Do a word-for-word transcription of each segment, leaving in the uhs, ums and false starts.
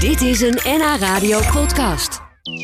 Dit is een N H Radio podcast.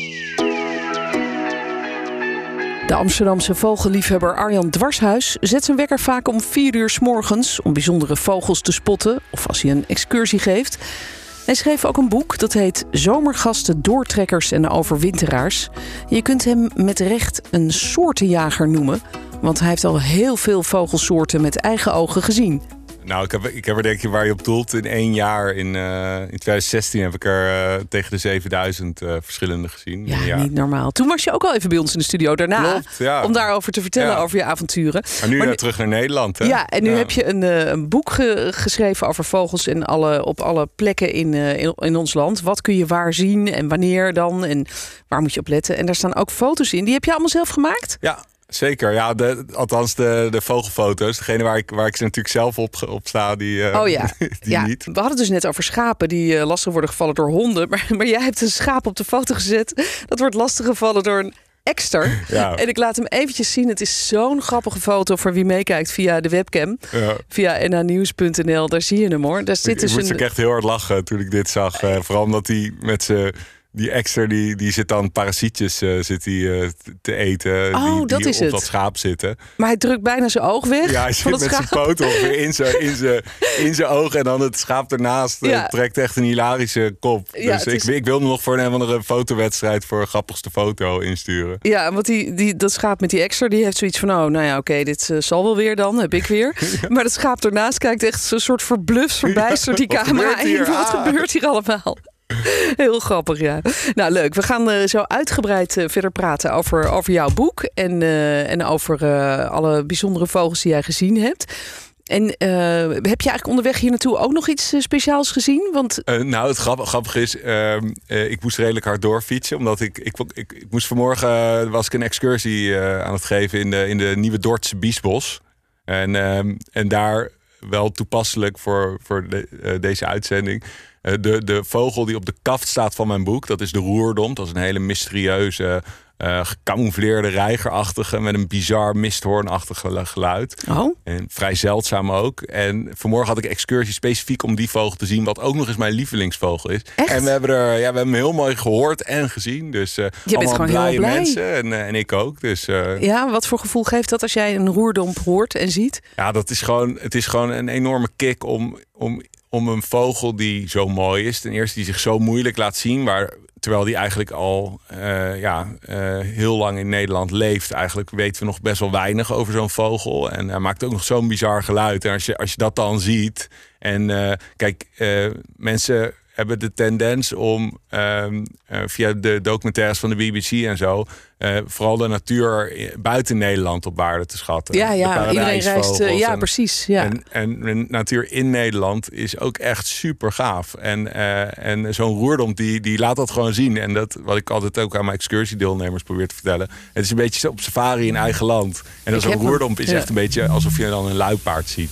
De Amsterdamse vogelliefhebber Arjan Dwarshuis zet zijn wekker vaak om vier uur 's morgens om bijzondere vogels te spotten of als hij een excursie geeft. Hij schreef ook een boek dat heet Zomergasten, Doortrekkers en Overwinteraars. Je kunt hem met recht een soortenjager noemen, want hij heeft al heel veel vogelsoorten met eigen ogen gezien. Nou, ik heb, ik heb er denk je waar je op doelt. In één jaar, in, uh, in twintig zestien, heb ik er uh, tegen de zevenduizend uh, verschillende gezien. Ja, ja, niet normaal. Toen was je ook al even bij ons in de studio daarna. Klopt, ja. Om daarover te vertellen, ja. over je avonturen. Maar nu maar uh, nu, terug naar Nederland, hè? Ja, en nu ja. heb je een, uh, een boek ge- geschreven over vogels en alle, op alle plekken in, uh, in, in ons land. Wat kun je waar zien en wanneer dan? En waar moet je op letten? En daar staan ook foto's in. Die heb je allemaal zelf gemaakt? Ja. Zeker, ja, de, althans de, de vogelfoto's. Degene waar ik, waar ik ze natuurlijk zelf op, op sta, die, uh, oh ja, die ja. niet. We hadden het dus net over schapen die uh, lastig worden gevallen door honden. Maar, maar jij hebt een schaap op de foto gezet. Dat wordt lastig gevallen door een ekster. Ja. En ik laat hem eventjes zien. Het is zo'n grappige foto voor wie meekijkt via de webcam. Ja. Via n h nieuws punt n l. Daar zie je hem hoor. Daar zit ik dus ik moest een... ook echt heel hard lachen toen ik dit zag. Uh, vooral omdat hij met zijn... Die ekster die, die zit dan parasietjes uh, zit die, uh, te eten. Oh, die, dat die is op het. dat schaap zitten. Maar hij drukt bijna zijn oog weg. Ja, hij van zit het met schaap. zijn poot ongeveer in zijn, in zijn, in zijn oog. En dan het schaap ernaast uh, Ja. trekt echt een hilarische kop. Ja, dus ik, is... ik wilde nog voor een of andere fotowedstrijd voor grappigste foto insturen. Ja, want die, die, dat schaap met die ekster die heeft zoiets van... oh, nou ja, oké, okay, dit uh, zal wel weer dan, heb ik weer. Ja. Maar het schaap ernaast kijkt echt zo'n soort verbluft, verbijsterd die ja, camera in. Wat ah. gebeurt hier allemaal? Heel grappig, ja. Nou, leuk. We gaan uh, zo uitgebreid uh, verder praten over, over jouw boek... en, uh, en over uh, alle bijzondere vogels die jij gezien hebt. En uh, heb je eigenlijk onderweg hier naartoe ook nog iets uh, speciaals gezien? Want... Uh, nou, het grappig, grappig is, uh, uh, ik moest redelijk hard doorfietsen. Omdat ik, ik, ik, ik moest vanmorgen, uh, was ik een excursie uh, aan het geven in de, in de Nieuwe Dordtse Biesbos. En, uh, en daar wel toepasselijk voor, voor de, uh, deze uitzending... Uh, de, de vogel die op de kaft staat van mijn boek, dat is de roerdomp. Dat is een hele mysterieuze, uh, gecamoufleerde reigerachtige... met een bizar misthoornachtig geluid. Oh. En vrij zeldzaam ook. En vanmorgen had ik excursie specifiek om die vogel te zien... wat ook nog eens mijn lievelingsvogel is. Echt? En we hebben, er, ja, we hebben hem heel mooi gehoord en gezien. Dus uh, Je bent gewoon heel blij. mensen en, uh, en ik ook. Dus, uh, ja, wat voor gevoel geeft dat als jij een roerdomp hoort en ziet? Ja, dat is gewoon, het is gewoon een enorme kick om... om Om een vogel die zo mooi is, ten eerste die zich zo moeilijk laat zien, waar, terwijl die eigenlijk al uh, ja, uh, heel lang in Nederland leeft. Eigenlijk weten we nog best wel weinig over zo'n vogel. En hij maakt ook nog zo'n bizar geluid. En als je, als je dat dan ziet. En uh, kijk, uh, mensen hebben de tendens om uh, uh, via de documentaires van de B B C en zo... Uh, vooral de natuur buiten Nederland op waarde te schatten. Ja, ja, iedereen reist. Uh, ja, en, precies. Ja. En, en, en natuur in Nederland is ook echt super gaaf. En, uh, en zo'n roerdomp die, die laat dat gewoon zien. En dat wat ik altijd ook aan mijn excursiedeelnemers probeer te vertellen. Het is een beetje op safari in eigen land. En dan zo'n roerdomp is ja. echt een beetje alsof je dan een luipaard ziet.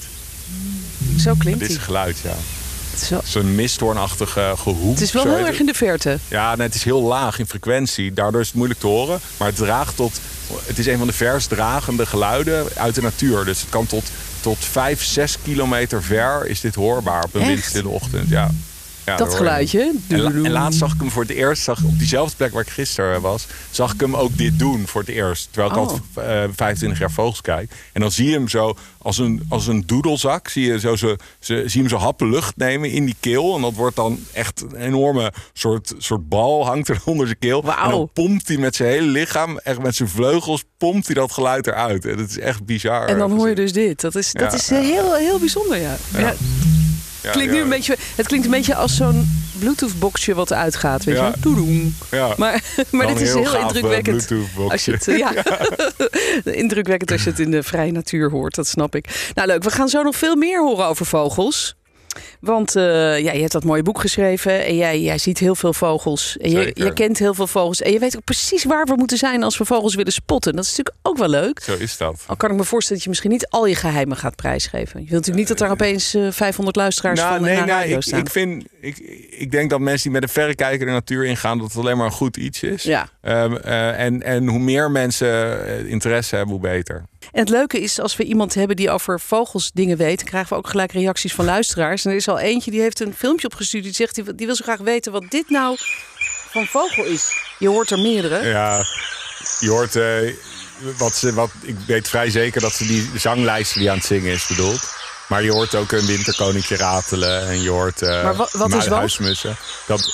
Zo klinkt Dit is het geluid, ja. Wel... Zo'n misthoornachtige gehoek. Het is wel heel erg in de verte. Ja, nee, het is heel laag in frequentie. Daardoor is het moeilijk te horen. Maar het draagt tot... Het is een van de verst dragende geluiden uit de natuur. Dus het kan tot, tot vijf, zes kilometer ver is dit hoorbaar op een Echt? windstille ochtend. Ja. Ja, dat geluidje. En, la- en laatst zag ik hem voor het eerst, zag, op diezelfde plek waar ik gisteren was, zag ik hem ook dit doen voor het eerst. Terwijl ik oh. al uh, vijfentwintig jaar vogels kijk. En dan zie je hem zo als een, als een doedelzak. Zie je, zo, zo, ze, zie je hem zo happen lucht nemen in die keel. En dat wordt dan echt een enorme soort, soort bal hangt er onder zijn keel. Wauw. En dan pompt hij met zijn hele lichaam, echt met zijn vleugels, pompt hij dat geluid eruit. En dat is echt bizar. En dan hoor je dus dit. Dat is, dat Ja, is ja. heel, heel bijzonder, ja. Ja. ja. Ja, Klinkt nu ja. een beetje, het klinkt een beetje als zo'n Bluetooth-boxje wat uitgaat. Weet Ja. je? Toedoem. Ja. Maar, maar dit is heel, gaaf, indrukwekkend. Uh, als je het, ja. ja. Indrukwekkend als je het in de vrije natuur hoort, dat snap ik. Nou leuk, we gaan zo nog veel meer horen over vogels. Want uh, ja, je hebt dat mooie boek geschreven en jij, jij ziet heel veel vogels. En je, je kent heel veel vogels. En je weet ook precies waar we moeten zijn als we vogels willen spotten. Dat is natuurlijk ook wel leuk. Zo is dat. Al kan ik me voorstellen dat je misschien niet al je geheimen gaat prijsgeven. Je wilt natuurlijk niet dat daar opeens uh, vijfhonderd luisteraars nou, van nee, naar nee, radio ik, staan. ik, vind, ik, ik denk dat mensen die met een verrekijker de natuur ingaan, dat het alleen maar een goed iets is. Ja. Um, uh, en, en hoe meer mensen interesse hebben, hoe beter. En het leuke is, als we iemand hebben die over vogels dingen weet, dan krijgen we ook gelijk reacties van luisteraars. En er is al eentje die heeft een filmpje opgestuurd. Die zegt, die, die wil zo graag weten wat dit nou van vogel is. Je hoort er meerdere. Ja, je hoort... Uh, wat ze, wat, ik weet vrij zeker dat ze die zanglijster die aan het zingen is bedoeld. Maar je hoort ook een winterkoninkje ratelen. En je hoort uh, maar wat, wat is huismussen. Dat...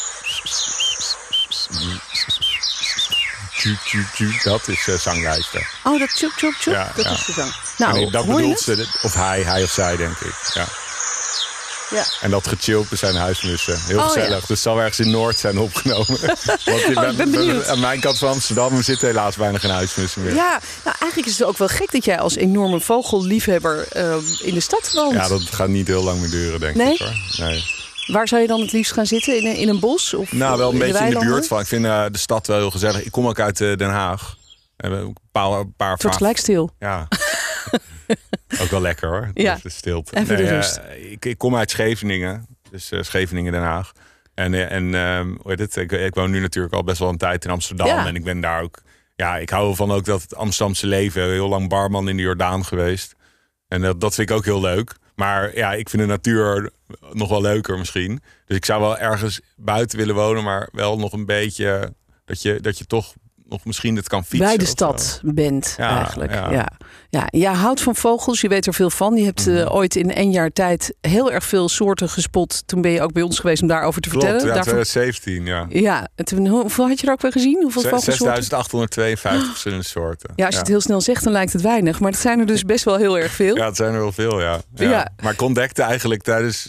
Dat is uh, zanglijster. Oh, dat tjoep, tjoep, tjoep, ja, dat ja. is de zang. Nou, nee, dat bedoelt ze, of hij, hij of zij, denk ik. Ja. Ja. En dat gechilpen zijn huismussen. Heel oh, gezellig. Ja. Dus het zal ergens in Noord zijn opgenomen. Want in, oh, ik ben benieuwd. Aan mijn kant van Amsterdam zitten helaas bijna geen huismussen meer. Ja, nou eigenlijk is het ook wel gek dat jij als enorme vogelliefhebber uh, in de stad woont. Ja, dat gaat niet heel lang meer duren, denk nee? ik. Hoor. Nee. Waar zou je dan het liefst gaan zitten? In een, in een bos? Of nou, wel een beetje de in de buurt van. Ik vind uh, de stad wel heel gezellig. Ik kom ook uit uh, Den Haag. We hebben een paar, een paar het wordt gelijk stil. Ja. Ook wel lekker hoor. Ja. De stilte. Even nee, de rust. Uh, ik, ik kom uit Scheveningen. Dus uh, Scheveningen, Den Haag. En, uh, en uh, hoe heet het? Ik, ik woon nu natuurlijk al best wel een tijd in Amsterdam. Ja. En ik ben daar ook... Ja, ik hou ervan ook dat het Amsterdamse leven... Heel lang barman in de Jordaan geweest. En dat, dat vind ik ook heel leuk. Maar ja, ik vind de natuur nog wel leuker misschien. Dus ik zou wel ergens buiten willen wonen... maar wel nog een beetje... dat je, dat je toch... nog misschien het kan fietsen. Bij de stad bent ja, eigenlijk. Ja. Ja. Ja, jij houdt van vogels, je weet er veel van. Je hebt uh, ooit in één jaar tijd heel erg veel soorten gespot. Toen ben je ook bij ons geweest om daarover te Klopt, vertellen. Ja, Daarvoor... twintig zeventien, ja. Ja, en toen, hoeveel had je er ook weer gezien? Hoeveel vogelsoorten? zesduizend achthonderdtweeënvijftig verschillende soorten. Ja, als je ja. het heel snel zegt, dan lijkt het weinig. Maar het zijn er dus best wel heel erg veel. Ja, het zijn er wel veel, ja. ja. ja. Maar ik ontdekte eigenlijk tijdens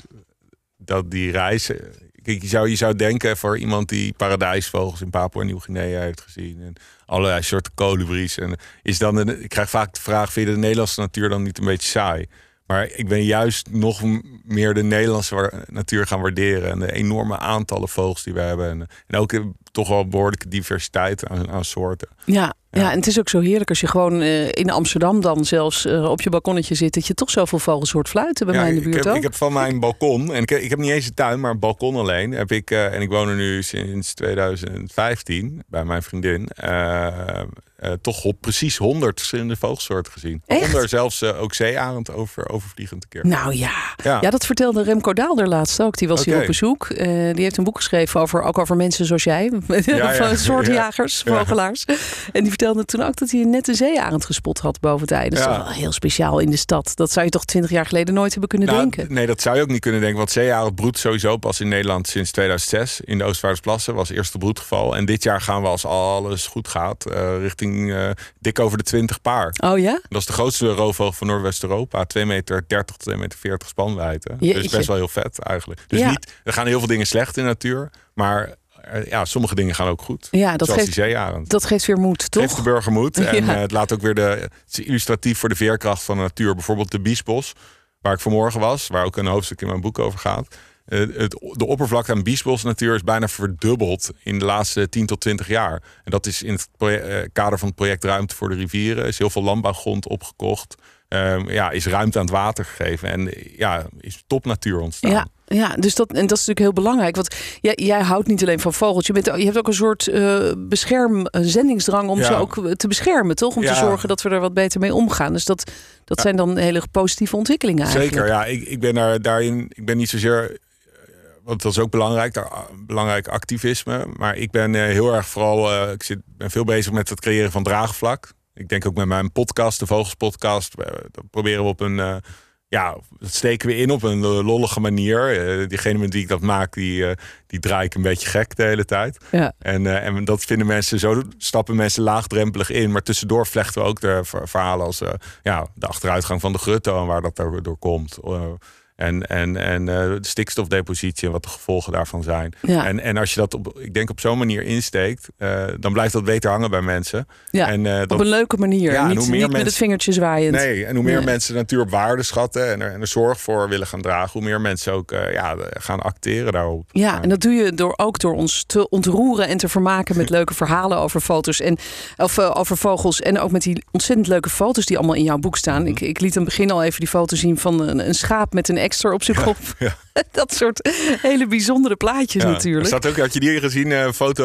dat die reis... Kijk, je zou, je zou denken voor iemand die paradijsvogels in Papua Nieuw-Guinea heeft gezien. En allerlei soorten kolibries. En is dan een, ik krijg vaak de vraag, vind je de Nederlandse natuur dan niet een beetje saai? Maar ik ben juist nog meer de Nederlandse natuur gaan waarderen. En de enorme aantallen vogels die we hebben. En, en ook toch wel behoorlijke diversiteit aan, aan soorten. Ja, ja. ja, en het is ook zo heerlijk als je gewoon uh, in Amsterdam dan zelfs uh, op je balkonnetje zit. Dat je toch zoveel vogels hoort fluiten bij ja, mij in de buurt ik heb, ook. Ik heb van mijn balkon, en ik heb, ik heb niet eens een tuin, maar een balkon alleen. Heb ik, uh, en ik woon er nu sinds tweeduizend vijftien bij mijn vriendin. Uh, uh, toch op precies honderd verschillende vogelsoorten gezien. Onder zelfs uh, ook zeearend over, overvliegend een keer. Nou ja. ja, ja, dat vertelde Remco Daalder laatst ook. Die was okay. hier op bezoek. Uh, die heeft een boek geschreven over, ook over mensen zoals jij. Ja, ja. Soortenjagers, ja. vogelaars. Ja. En die vertelde toen ook dat hij net een zeearend gespot had boven het ei. Dat is ja. toch wel heel speciaal in de stad. Dat zou je toch twintig jaar geleden nooit hebben kunnen nou, denken? Nee, dat zou je ook niet kunnen denken. Want zeearend broedt sowieso pas in Nederland sinds tweeduizend zes. In de Oostvaardersplassen was het eerste broedgeval. En dit jaar gaan we, als alles goed gaat, uh, richting uh, dik over de twintig paar. Oh ja? Dat is de grootste roofvogel van Noordwest-Europa. twee meter dertig tot twee meter veertig spanwijdte. Jeetje. Dus best wel heel vet eigenlijk. Dus ja. niet, er gaan heel veel dingen slecht in de natuur. Maar ja, sommige dingen gaan ook goed. Ja, dat zoals geeft, die zeearend. Dat geeft weer moed, toch? Geeft de burger moed. En ja. uh, het laat ook weer de... Het is illustratief voor de veerkracht van de natuur. Bijvoorbeeld de biesbos, waar ik vanmorgen was. Waar ook een hoofdstuk in mijn boek over gaat. Uh, het, de oppervlakte aan biesbosnatuur is bijna verdubbeld in de laatste tien tot twintig jaar. En dat is in het project, uh, kader van het project Ruimte voor de Rivieren. Is heel veel landbouwgrond opgekocht. Um, ja, is ruimte aan het water gegeven. En ja, is topnatuur ontstaan. Ja. Ja, dus dat, en dat is natuurlijk heel belangrijk. Want jij, jij houdt niet alleen van vogels. Je, bent, je hebt ook een soort uh, bescherm, een zendingsdrang om ja. ze ook te beschermen, toch? Om ja. te zorgen dat we er wat beter mee omgaan. Dus dat, dat ja. zijn dan hele positieve ontwikkelingen eigenlijk. Zeker, ja. Ik, ik ben daar, daarin, ik ben niet zozeer... Want dat is ook belangrijk, belangrijk activisme. Maar ik ben uh, heel erg vooral... Uh, ik zit, ben veel bezig met het creëren van draagvlak. Ik denk ook met mijn podcast, de Vogelspodcast. Uh, dat proberen we op een... Uh, Ja, dat steken we in op een lollige manier. Uh, diegene met wie ik dat maak, die, uh, die draai ik een beetje gek de hele tijd. Ja. En, uh, en dat vinden mensen, zo stappen mensen laagdrempelig in. Maar tussendoor vlechten we ook de verhalen als uh, ja, de achteruitgang van de grutto en waar dat door komt. Uh, En, en, en uh, de stikstofdepositie en wat de gevolgen daarvan zijn. Ja. En, en als je dat op, ik denk op zo'n manier insteekt, uh, dan blijft dat beter hangen bij mensen. Ja, en, uh, dat, op een leuke manier. Ja, niet niet mensen, met het vingertje zwaaiend. Nee, en hoe meer nee. mensen de natuur op waarde schatten en er, en er zorg voor willen gaan dragen, hoe meer mensen ook uh, ja, gaan acteren daarop. Ja, ja, en dat doe je door, ook door ons te ontroeren en te vermaken met leuke verhalen over foto's en of, uh, over vogels. En ook met die ontzettend leuke foto's die allemaal in jouw boek staan. Mm-hmm. Ik, ik liet aan het begin al even die foto zien van een, een schaap met een ekster op zijn kop. Ja, ja. Dat soort hele bijzondere plaatjes ja, natuurlijk. Er staat ook, had je die gezien, een foto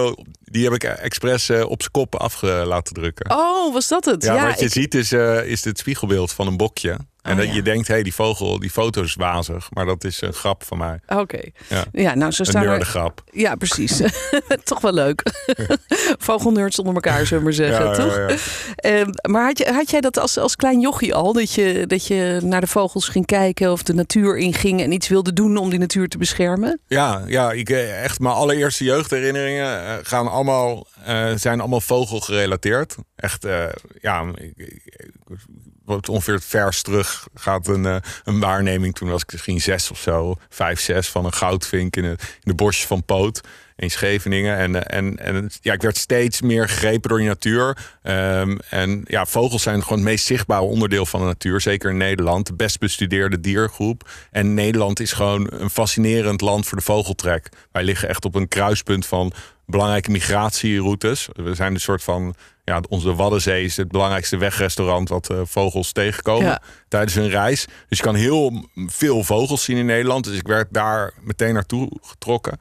die heb ik expres uh, op zijn kop af uh, laten drukken. Oh, was dat het? Ja, ja wat je ik... ziet is, uh, is het spiegelbeeld van een bokje. En oh, dat ja. je denkt, hé, hey, die vogel, die foto is wazig. Maar dat is een grap van mij. Oké. Okay. Ja. ja, nou zo staan een nerdengrap. Er... Ja, precies. Toch wel leuk. Vogelnerds onder elkaar, zullen we maar zeggen, ja, toch? Ja, ja. Uh, maar had, je, had jij dat als, als klein jochie al? Dat je, dat je naar de vogels ging kijken of de natuur inging en iets wilde doen om die natuur te beschermen? Ja, ja ik, echt mijn allereerste jeugdherinneringen uh, gaan allemaal, uh, zijn allemaal vogelgerelateerd. Echt, uh, ja... Ik, ik, wat ongeveer het vers terug gaat een, uh, een waarneming. Toen was ik misschien zes of zo, vijf, zes, van een goudvink in de, in de bosjes van Poot in Scheveningen. En, en, en ja, ik werd steeds meer gegrepen door die natuur. Um, en ja, vogels zijn gewoon het meest zichtbare onderdeel van de natuur. Zeker in Nederland. De best bestudeerde diergroep. En Nederland is gewoon een fascinerend land voor de vogeltrek. Wij liggen echt op een kruispunt van belangrijke migratieroutes. We zijn een soort van... Ja, onze Waddenzee is het belangrijkste wegrestaurant wat uh, vogels tegenkomen ja. tijdens hun reis. Dus je kan heel veel vogels zien in Nederland. Dus ik werd daar meteen naartoe getrokken.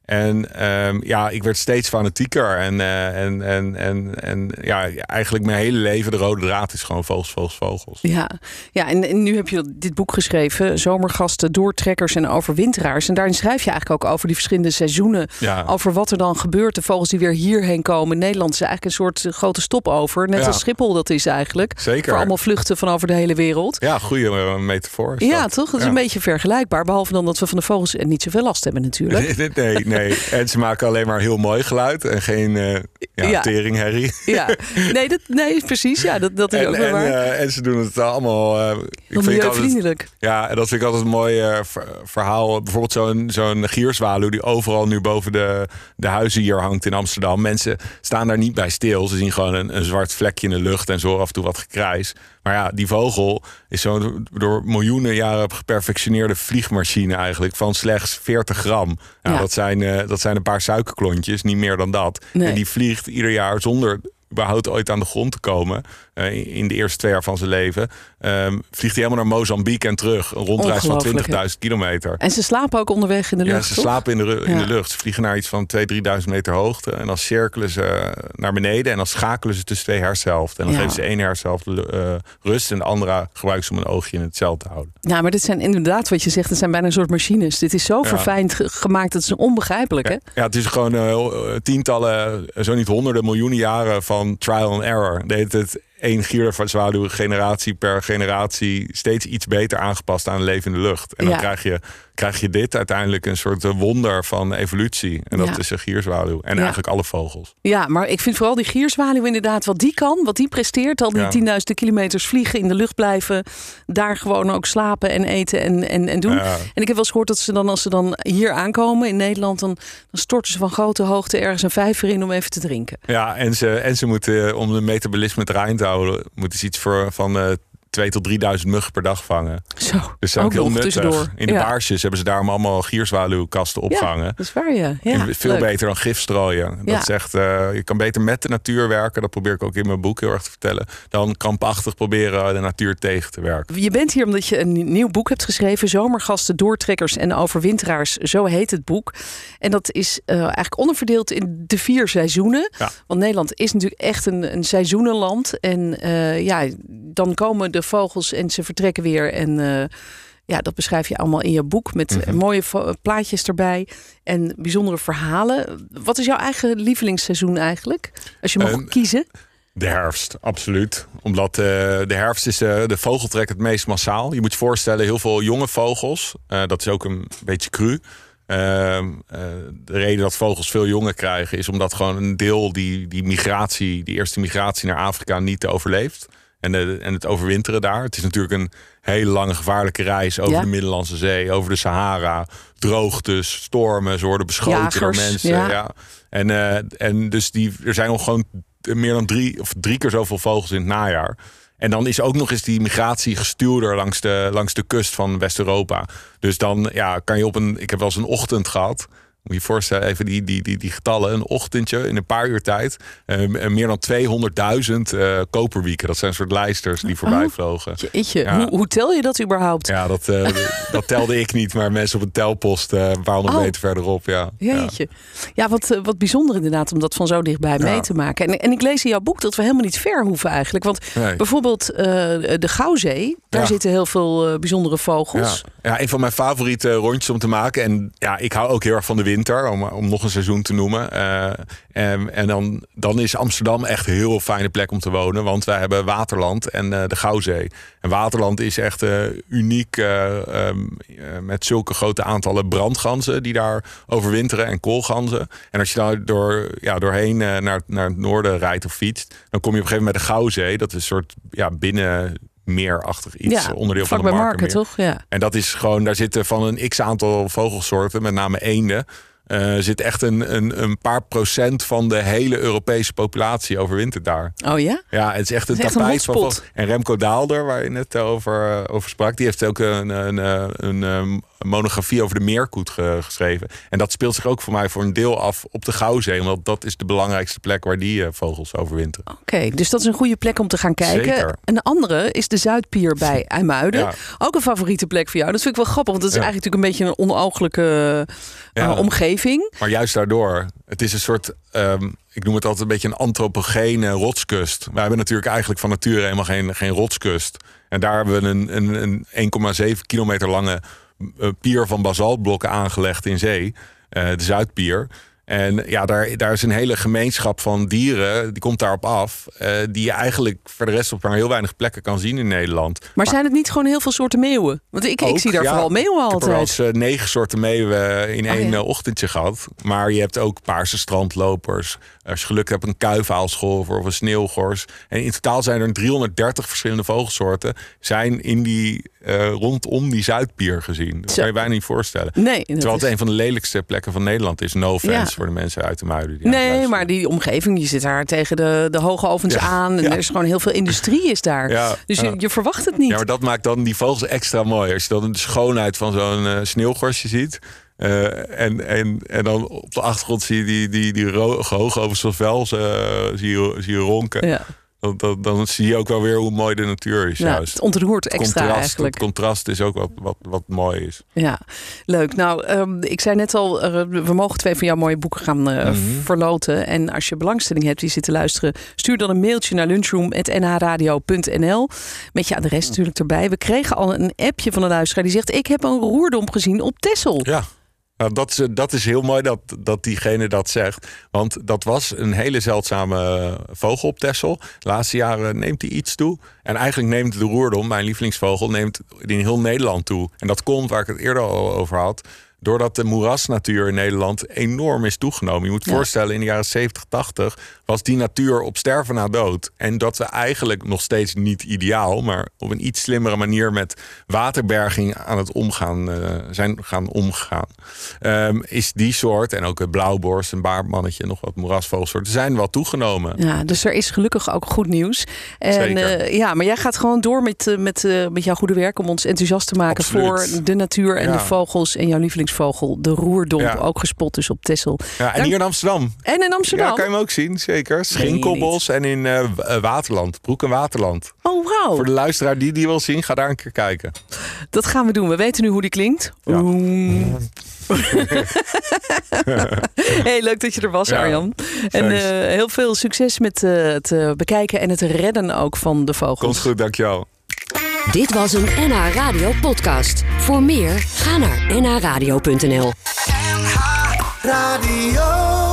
En um, ja, ik werd steeds fanatieker. En, uh, en, en, en, en ja, eigenlijk mijn hele leven de rode draad is gewoon vogels, vogels, vogels. Ja, ja en, en nu heb je dit boek geschreven. Zomergasten, doortrekkers en overwinteraars. En daarin schrijf je eigenlijk ook over die verschillende seizoenen. Ja. Over wat er dan gebeurt. De vogels die weer hierheen komen. Nederland is eigenlijk een soort grote stopover. Net ja. als Schiphol dat is eigenlijk. Zeker. Voor allemaal vluchten van over de hele wereld. Ja, goede uh, metafoor. Ja, dat. toch? Dat is ja. een beetje vergelijkbaar. Behalve dan dat we van de vogels niet zoveel last hebben natuurlijk. Nee, nee, nee. Nee, en ze maken alleen maar heel mooi geluid en geen uh, ja, ja. teringherrie. Ja, nee, dat, nee precies. Ja, dat, dat is en, ook wel waar. En, uh, en ze doen het allemaal... Uh, ik vind ik vriendelijk. Ja, en dat vind ik altijd een mooi uh, verhaal. Bijvoorbeeld zo'n, zo'n gierzwaluw die overal nu boven de, de huizen hier hangt in Amsterdam. Mensen staan daar niet bij stil. Ze zien gewoon een, een zwart vlekje in de lucht en zo af en toe wat gekrijs. Maar ja, die vogel is zo'n door miljoenen jaren geperfectioneerde vliegmachine eigenlijk van slechts veertig gram. Nou, ja. dat, zijn, uh, dat zijn een paar suikerklontjes, niet meer dan dat. Nee. En die vliegt ieder jaar zonder überhaupt ooit aan de grond te komen. Uh, in de eerste twee jaar van zijn leven. Um, vliegt hij helemaal naar Mozambique en terug. Een rondreis van twintigduizend kilometer. En ze slapen ook onderweg in de lucht, Ja, ze toch? slapen in de, in ja. de lucht. Ze vliegen naar iets van tweeduizend, drieduizend meter hoogte. En dan cirkelen ze naar beneden. En dan schakelen ze tussen twee hersenhelften. En dan ja. geven ze één hersenhelft uh, rust. En de andere gebruiken ze om een oogje in het cel te houden. Ja, maar dit zijn inderdaad wat je zegt. Het zijn bijna een soort machines. Dit is zo ja. verfijnd gemaakt. Het is onbegrijpelijk, hè? Ja, ja het is gewoon uh, tientallen, zo niet honderden miljoenen jaren van trial and error. Deed het één gierzwaluw generatie per generatie steeds iets beter aangepast aan een leven in de lucht. En dan ja. krijg je, krijg je dit uiteindelijk een soort wonder van evolutie. En dat ja. is een gierzwaluw. En ja. eigenlijk alle vogels. Ja, maar ik vind vooral die gierzwaluw inderdaad wat die kan, wat die presteert. Al die ja. tienduizenden kilometers vliegen, in de lucht blijven. Daar gewoon ook slapen en eten en, en, en doen. Ja. En ik heb wel eens gehoord dat ze dan, als ze dan hier aankomen in Nederland, dan, dan storten ze van grote hoogte ergens een vijver in om even te drinken. Ja, en ze, en ze moeten, om de metabolisme te rijden te houden, moeten ze iets voor van uh, tweeduizend tot drieduizend muggen per dag vangen. Zo, dus ook heel nuttig. Tussendoor. In de ja. baarsjes hebben ze daarom allemaal gierzwaluwkasten opgehangen. Ja, dat is waar, ja. ja en veel leuk. beter dan gif strooien. Dat ja. zegt, uh, je kan beter met de natuur werken. Dat probeer ik ook in mijn boek heel erg te vertellen. Dan krampachtig proberen de natuur tegen te werken. Je bent hier omdat je een nieuw boek hebt geschreven. Zomergasten, doortrekkers en overwinteraars. Zo heet het boek. En dat is uh, eigenlijk onderverdeeld in de vier seizoenen. Ja. Want Nederland is natuurlijk echt een, een seizoenenland. En uh, ja, dan komen de vogels en ze vertrekken weer. En uh, ja, dat beschrijf je allemaal in je boek. Met mm-hmm. mooie vo- plaatjes erbij. En bijzondere verhalen. Wat is jouw eigen lievelingsseizoen eigenlijk? Als je mag um, kiezen. De herfst, absoluut. Omdat uh, de herfst is uh, de vogeltrek het meest massaal. Je moet je voorstellen, heel veel jonge vogels. Uh, dat is ook een beetje cru. Uh, uh, de reden dat vogels veel jongen krijgen is omdat gewoon een deel die, die migratie, die eerste migratie naar Afrika niet overleeft. En, de, en het overwinteren daar. Het is natuurlijk een hele lange gevaarlijke reis over ja. de Middellandse Zee, over de Sahara, droogtes, stormen, ze worden beschoten Jagers, door mensen. Ja. Ja. En, uh, en dus die, er zijn nog gewoon meer dan drie of drie keer zoveel vogels in het najaar. En dan is ook nog eens die migratie gestuurder langs de, langs de kust van West-Europa. Dus dan ja, kan je op een... Ik heb wel eens een ochtend gehad. Moet je je voorstellen, even die, die, die, die getallen. Een ochtendje in een paar uur tijd. Uh, meer dan tweehonderdduizend uh, koperwieken. Dat zijn soort lijsters die voorbij oh, vlogen. Jeetje, ja. hoe, hoe tel je dat überhaupt? Ja, dat, uh, dat telde ik niet. Maar mensen op een telpost uh, een paar honderd oh. meter verderop. Ja, Jeetje. Ja, wat, uh, wat bijzonder inderdaad om dat van zo dichtbij ja. mee te maken. En, en ik lees in jouw boek dat we helemaal niet ver hoeven eigenlijk. Want nee. bijvoorbeeld uh, de Gouwzee. Daar ja. zitten heel veel uh, bijzondere vogels. Ja. ja, een van mijn favoriete rondjes om te maken. En ja, ik hou ook heel erg van de winter. Om, om nog een seizoen te noemen. Uh, en en dan, dan is Amsterdam echt een heel fijne plek om te wonen. Want wij hebben Waterland en uh, de Gouwzee. En Waterland is echt uh, uniek. Uh, um, uh, met zulke grote aantallen brandganzen die daar overwinteren. En koolganzen. En als je daar door, ja, doorheen uh, naar, naar het noorden rijdt of fietst. Dan kom je op een gegeven moment bij de Gouwzee. Dat is een soort ja, binnen... meerachtig iets, ja, onderdeel van de Marken, toch? Ja. En dat is gewoon, daar zitten van een x-aantal vogelsoorten, met name eenden, uh, zit echt een, een, een paar procent van de hele Europese populatie overwintert daar. Oh ja? Ja, het is echt een is tapijt echt een van. En Remco Daalder, waar je net over, uh, over sprak, die heeft ook een, een, een, een, een monografie over de meerkoet ge, geschreven. En dat speelt zich ook voor mij voor een deel af op de Gouwzee, omdat dat is de belangrijkste plek waar die uh, vogels overwinteren. Oké, okay, dus dat is een goede plek om te gaan kijken. Zeker. Een andere is de Zuidpier bij IJmuiden. Ja. Ook een favoriete plek voor jou. Dat vind ik wel grappig, want dat is ja. eigenlijk natuurlijk een beetje een onooglijke uh, ja. omgeving. Maar juist daardoor. Het is een soort, um, ik noem het altijd een beetje een antropogene rotskust. Wij hebben natuurlijk eigenlijk van nature helemaal geen, geen rotskust. En daar hebben we een, een, een één komma zeven kilometer lange pier van basaltblokken aangelegd in zee. Uh, de Zuidpier. En ja, daar, daar is een hele gemeenschap van dieren, die komt daarop af, uh, die je eigenlijk voor de rest op maar heel weinig plekken kan zien in Nederland. Maar, maar zijn het niet gewoon heel veel soorten meeuwen? Want ik, ook, ik zie daar ja, vooral meeuwen altijd. Ik heb er als uh, negen soorten meeuwen in oh, één ja. ochtendje gehad. Maar je hebt ook paarse strandlopers. Als je geluk hebt, een kuifaalscholver of een sneeuwgors. En in totaal zijn er driehonderddertig verschillende vogelsoorten zijn in die, uh, rondom die Zuidpier gezien. Dat Zo. kan je bijna niet voorstellen. Nee, Terwijl het is... een van de lelijkste plekken van Nederland is. No offense ja. voor de mensen uit de Muiden. Die nee, maar die omgeving, je zit daar tegen de, de hoge ovens ja. aan. En ja. er is gewoon heel veel industrie is daar. Ja. Dus je, ja. je verwacht het niet. Ja, maar dat maakt dan die vogels extra mooi. Als je dan de schoonheid van zo'n uh, sneeuwgorsje ziet. Uh, en, en, en dan op de achtergrond zie je die, die, die hoge ovens van Vels uh, zie, je, zie je ronken. Ja. Dan, dan, dan zie je ook wel weer hoe mooi de natuur is. Ja, juist. Het ontroert het extra contrast, eigenlijk. Het contrast is ook wat, wat, wat mooi is. Ja, leuk. Nou, um, ik zei net al, uh, we mogen twee van jouw mooie boeken gaan uh, mm-hmm. verloten. En als je belangstelling hebt, die zit te luisteren, stuur dan een mailtje naar lunchroom punt n h radio punt n l. Met je adres natuurlijk erbij. We kregen al een appje van een luisteraar die zegt, ik heb een roerdomp gezien op Texel. Ja. Nou, dat, is, dat is heel mooi dat, dat diegene dat zegt. Want dat was een hele zeldzame vogel op Texel. De laatste jaren neemt hij iets toe. En eigenlijk neemt de roerdom, mijn lievelingsvogel, neemt in heel Nederland toe. En dat komt, waar ik het eerder al over had, doordat de moerasnatuur in Nederland enorm is toegenomen. Je moet je ja. voorstellen, in de jaren zeventig, tachtig was die natuur op sterven na dood. En dat we eigenlijk nog steeds niet ideaal, maar op een iets slimmere manier met waterberging aan het omgaan uh, zijn gaan omgaan. Um, is die soort, en ook het blauwborst, een baardmannetje, nog wat moerasvogelsoorten, zijn wel toegenomen. Ja, dus er is gelukkig ook goed nieuws. En, uh, ja, maar jij gaat gewoon door met, uh, met, uh, met jouw goede werk om ons enthousiast te maken Absoluut. voor de natuur en ja. de vogels en jouw lievelingsvogel, de roerdomp, ja. ook gespot dus op Texel. Ja, en Dank... hier in Amsterdam. En in Amsterdam. Ja, kan je hem ook zien, zeker. Schinkelbos en in uh, Waterland, Broek en Waterland. Oh, wauw. Voor de luisteraar die die wil zien, ga daar een keer kijken. Dat gaan we doen. We weten nu hoe die klinkt. Ja. Hey, leuk dat je er was, ja, Arjan. En uh, heel veel succes met uh, het uh, bekijken en het redden ook van de vogels. Komt goed, dankjewel. Dit was een N H Radio podcast. Voor meer, ga naar n h radio punt n l. N H Radio.